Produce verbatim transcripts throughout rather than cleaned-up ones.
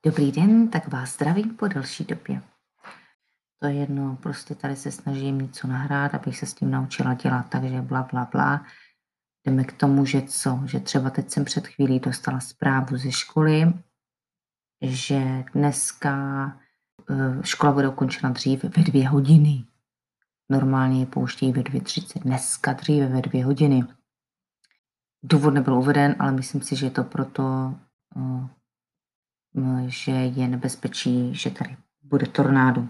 Dobrý den, tak vás zdravím po delší době. To je jedno, prostě tady se snažím něco nahrát, abych se s tím naučila dělat, takže bla, bla, bla. Jdeme k tomu, že co? Že třeba teď jsem před chvílí dostala zprávu ze školy, že dneska eh, škola bude ukončena dřív ve dvě hodiny. Normálně je pouštějí ve dvě třicet, dneska dříve ve dvě hodiny. Důvod nebyl uveden, ale myslím si, že je to proto, eh, že je nebezpečí, že tady bude tornádo.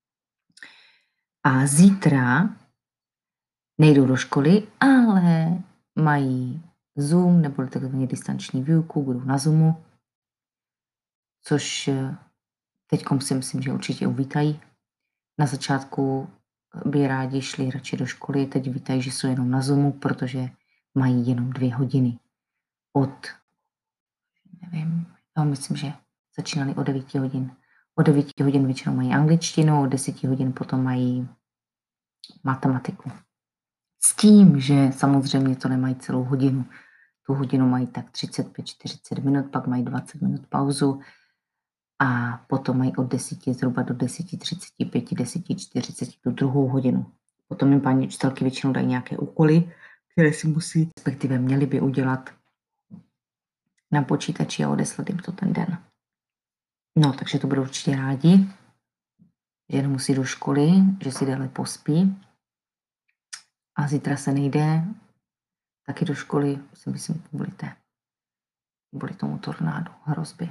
A zítra nejdou do školy, ale mají Zoom nebo takzvaně distanční výuku, budou na Zoomu, což teďkom si myslím, že určitě uvítají. Na začátku by rádi šli radši do školy, teď vítají, že jsou jenom na Zoomu, protože mají jenom dvě hodiny. Od, nevím, já myslím, že začínali o devíti hodin. O devíti hodin většinou mají angličtinu, od deseti hodin potom mají matematiku. S tím, že samozřejmě to nemají celou hodinu. Tu hodinu mají tak třicet pět čtyřicet minut, pak mají dvacet minut pauzu a potom mají od deseti zhruba do deseti třicet pět, deseti čtyřicet tu druhou hodinu. Potom jim paní učitelky většinou dají nějaké úkoly, které si musí, respektive měli by udělat na počítači a odeslat jim to ten den. No, takže to budou určitě rádi, že nemusí do školy, že si déle pospí. A zítra se nejde taky do školy, si myslím, kvůli té, kvůli tomu tornádu, hrozby.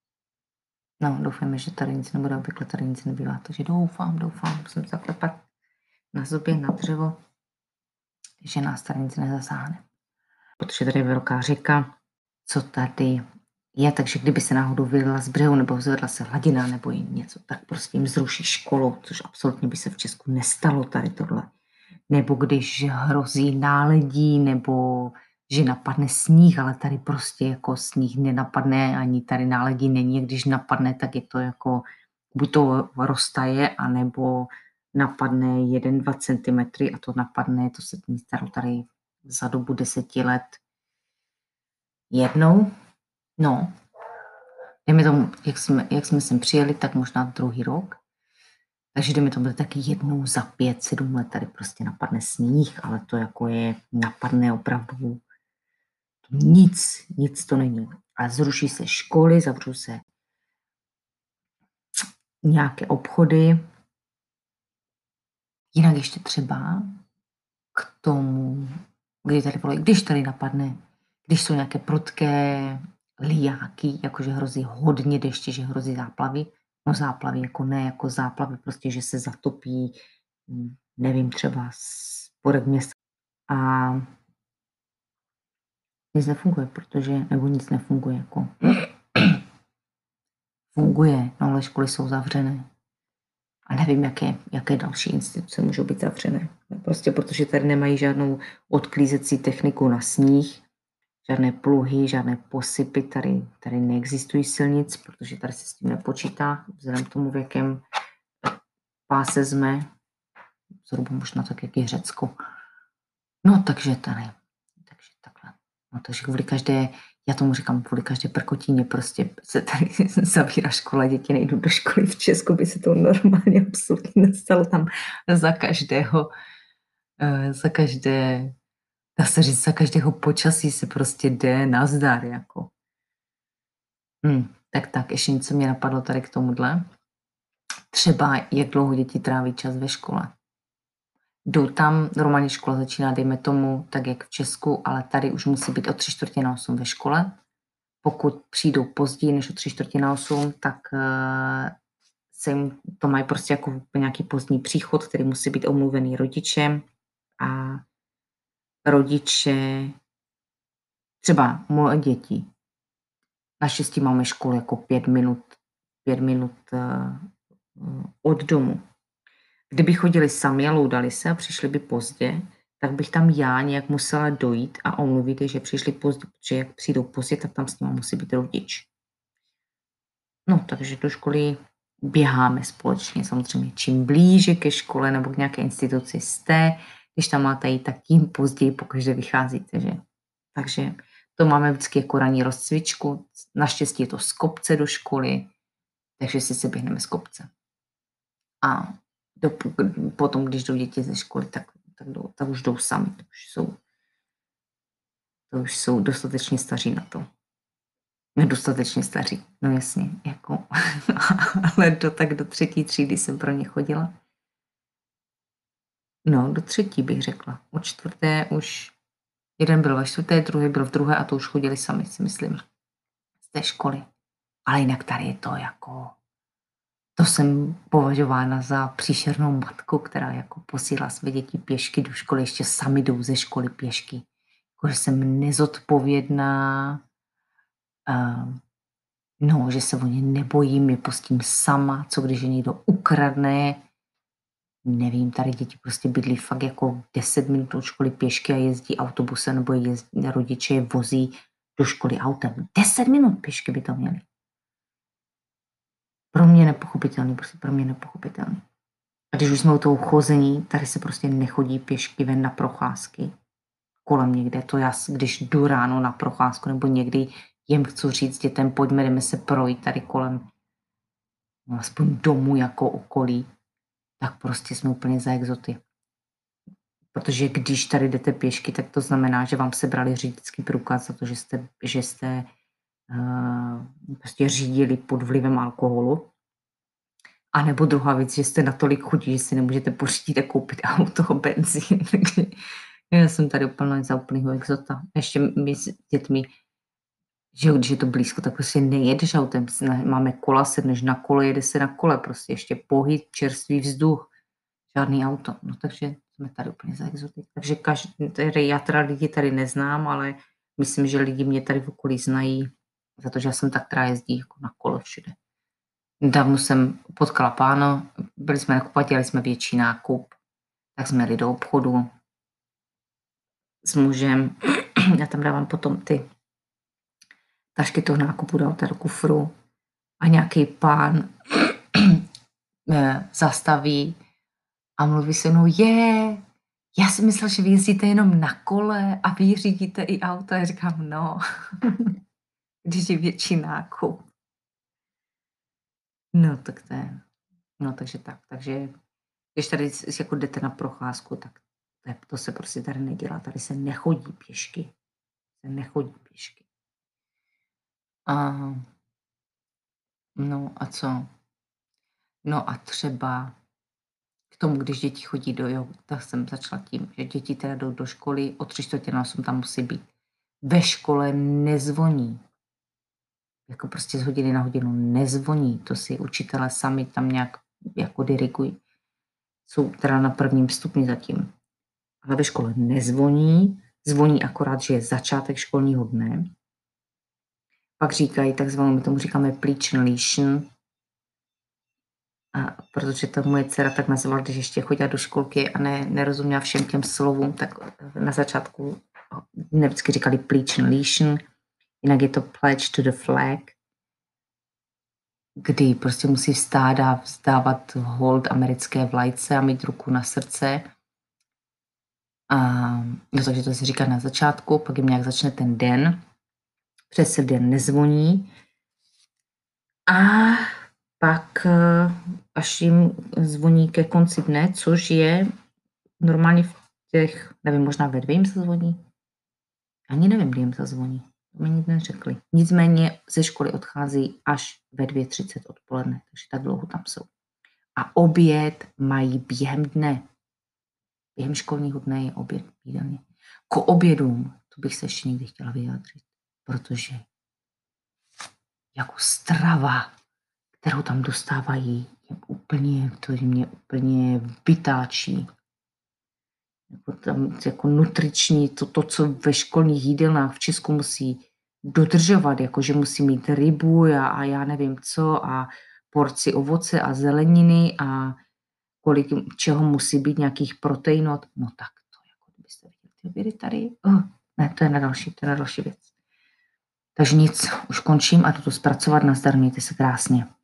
No, doufáme, že tady nic nebude, obvykle tady nic nebývá, takže doufám, doufám, musím zaklepat na zubě, na dřevo, že nás tady nic nezasáhne. Protože tady je velká řeka, co tady je, takže kdyby se náhodou vylila z břehu nebo zvedla se hladina nebo něco, tak prostě jim zruší školu, což absolutně by se v Česku nestalo tady tohle. Nebo když hrozí náledí, nebo že napadne sníh, ale tady prostě jako sníh nenapadne, ani tady náledí není, když napadne, tak je to jako, buď to roztaje, anebo napadne jeden dva centimetry a to napadne, to se mi stalo tady za dobu deseti let jednou. No, dejme tomu, jak jsme, jak jsme sem přijeli, tak možná druhý rok. Takže jdeme to bude taky jednou za pět, sedm let tady prostě napadne sníh, ale to jako je, napadne opravdu nic, nic to není. A zruší se školy, zavřou se nějaké obchody. Jinak ještě třeba k tomu, kdy tady volají, když tady napadne, když jsou nějaké prudké lijáky, jakože hrozí hodně deště, že hrozí záplavy. No záplavy jako ne, jako záplavy prostě, že se zatopí, nevím, třeba spodek města. A nic nefunguje, protože, nebo nic nefunguje, jako funguje, no ale školy jsou zavřené. A nevím, jaké, jaké další instituce můžou být zavřené. Prostě protože tady nemají žádnou odklízecí techniku na sníh, žádné pluhy, žádné posypy, tady, tady neexistují silnic, protože tady se s tím nepočítá, vzhledem k tomu, v jakém páse jsme, zhruba možná tak, jak je Řecko. No, takže tady, takže takhle. No, takže kvůli každé, já tomu říkám, kvůli každé prkotíně prostě se tady zavírá škola, děti nejdou do školy. V Česku by se to normálně absolutně nestalo, tam za každého, za každé, dá se říct, za každého počasí se prostě jde nazdar, jako. Hmm, tak tak, ještě něco mě napadlo tady k tomuhle. Třeba, jak dlouho děti tráví čas ve škole. Jdou tam, normálně škola začíná, dejme tomu, tak jak v Česku, ale tady už musí být o tři čtvrtě na osm ve škole. Pokud přijdou později než o tři čtvrtě na osm, tak uh, se jim to mají prostě jako nějaký pozdní příchod, který musí být omluvený rodičem a rodiče, třeba moje děti, naštěstí máme školu jako pět minut, pět minut uh, od domu. Kdyby chodili sami a loudali se a přišli by pozdě, tak bych tam já nějak musela dojít a omluvit je, že přišli pozdě, protože jak přijdou pozdě, tak tam s nimi musí být rodič. No, takže do školy běháme společně, samozřejmě čím blíže ke škole nebo k nějaké instituci jste, když tam máte jít, tak tím později pokaždé vycházíte, že? Takže to máme vždycky jako ranní rozcvičku, naštěstí je to z kopce do školy, takže si se běhneme z kopce. A do, potom, když jdou děti ze školy, tak, tak, jdou, tak už jdou sami. To už jsou, to už jsou dostatečně staří na to. Nedostatečně staří, no jasně, jako, ale do, tak do třetí třídy jsem pro ně chodila. No, do třetí bych řekla. Od čtvrté už, jeden byl ve čtvrté, druhý byl v druhé a to už chodili sami, si myslím, z té školy. Ale jinak tady je to jako, to jsem považována za příšernou matku, která jako posílá své děti pěšky do školy, ještě sami jdou ze školy pěšky. Jako, že jsem nezodpovědná, uh, no, že se o ně nebojím, je pustím sama, co když je někdo ukradne. Nevím, tady děti prostě bydlí fakt jako deset minut od školy pěšky a jezdí autobusem nebo jezdí, rodiče je vozí do školy autem. deset minut pěšky by to měli. Pro mě nepochopitelný, prostě pro mě nepochopitelný. A když už jsme u toho chození, tady se prostě nechodí pěšky ven na procházky. Kolem někde, to já, když jdu ráno na procházku nebo někdy jim chci říct dětem, pojďme, jdeme se projít tady kolem, no, aspoň domů jako okolí, tak prostě jsme úplně za exoty. Protože když tady jdete pěšky, tak to znamená, že vám sebrali řidičský průkaz za to, že jste, že jste uh, prostě řídili pod vlivem alkoholu. A nebo druhá věc, že jste natolik chudí, že si nemůžete pořídit a koupit auto, benzín. Takže já jsem tady úplně za úplnýho exota. Ještě my s dětmi, že když je to blízko, tak prostě nejedeš autem. Máme kola, sedneš na kole, jede se na kole. Prostě ještě pohyb, čerstvý vzduch, žádný auto. No takže jsme tady úplně za exoty. Takže každý, tady, já teda lidi tady neznám, ale myslím, že lidi mě tady v okolí znají, za to, že já jsem tak, která jezdí jako na kole všude. Dávno jsem potkala pána, byli jsme nakupovat, dělali jsme větší nákup, tak jsme jeli do obchodu s mužem. Já tam dávám potom ty tašky toho nákupu, dal do kufru a nějaký pán zastaví a mluví se mnou, je, já si myslel, že vy jezdíte jenom na kole a vy řídíte i auto. Já říkám, no, když je větší nákup. No, tak to je, no, takže tak, takže když tady jako jdete na procházku, tak to, je, to se prostě tady nedělá, tady se nechodí pěšky, se nechodí pěšky. A, no a co? No a třeba k tomu, když děti chodí do jogy, tak jsem začala tím, že děti teda jdou do školy, o tři čtvrtě na osm tam musí být. Ve škole nezvoní. Jako prostě z hodiny na hodinu nezvoní. To si učitelé sami tam nějak jako dirigují. Jsou teda na prvním stupni zatím. Ale ve škole nezvoní. Zvoní akorát, že je začátek školního dne. Pak říkají takzvanou, my tomu říkáme Pleachnlation, a protože to moje dcera tak nazvala, když ještě chodila do školky a ne, nerozuměla všem těm slovům, tak na začátku ne vždycky říkali Pleachnlation, jinak je to Pledge to the Flag, kdy prostě musí vstát a vzdávat hold americké vlajce a mít ruku na srdce. A, no, takže to se říká na začátku, pak jim nějak začne ten den, přes den nezvoní a pak až jim zvoní ke konci dne, což je normálně v těch, nevím, možná ve dvě jim se zvoní. Ani nevím, kdy jim se zvoní. To mi nic neřekli. Nicméně ze školy odchází až ve dvě třicet odpoledne, takže tak dlouho tam jsou. A oběd mají během dne. Během školního dne je oběd jídelně. K obědům, to bych se ještě někdy chtěla vyjádřit, protože jako strava, kterou tam dostávají, je úplně, to mě úplně vytáčí. Jako tam jako nutriční, to, to, co ve školních jídelnách v Česku musí dodržovat, jako že musí mít rybu a, a já nevím co a porci ovoce a zeleniny a kolik čeho musí být, nějakých proteinů, no tak to, jako kdybyste viděli ty obědy tady, oh, ne, to je na další, to je na další věc. Takže nic, už končím a jdu to zpracovat, nazdar, mějte se krásně.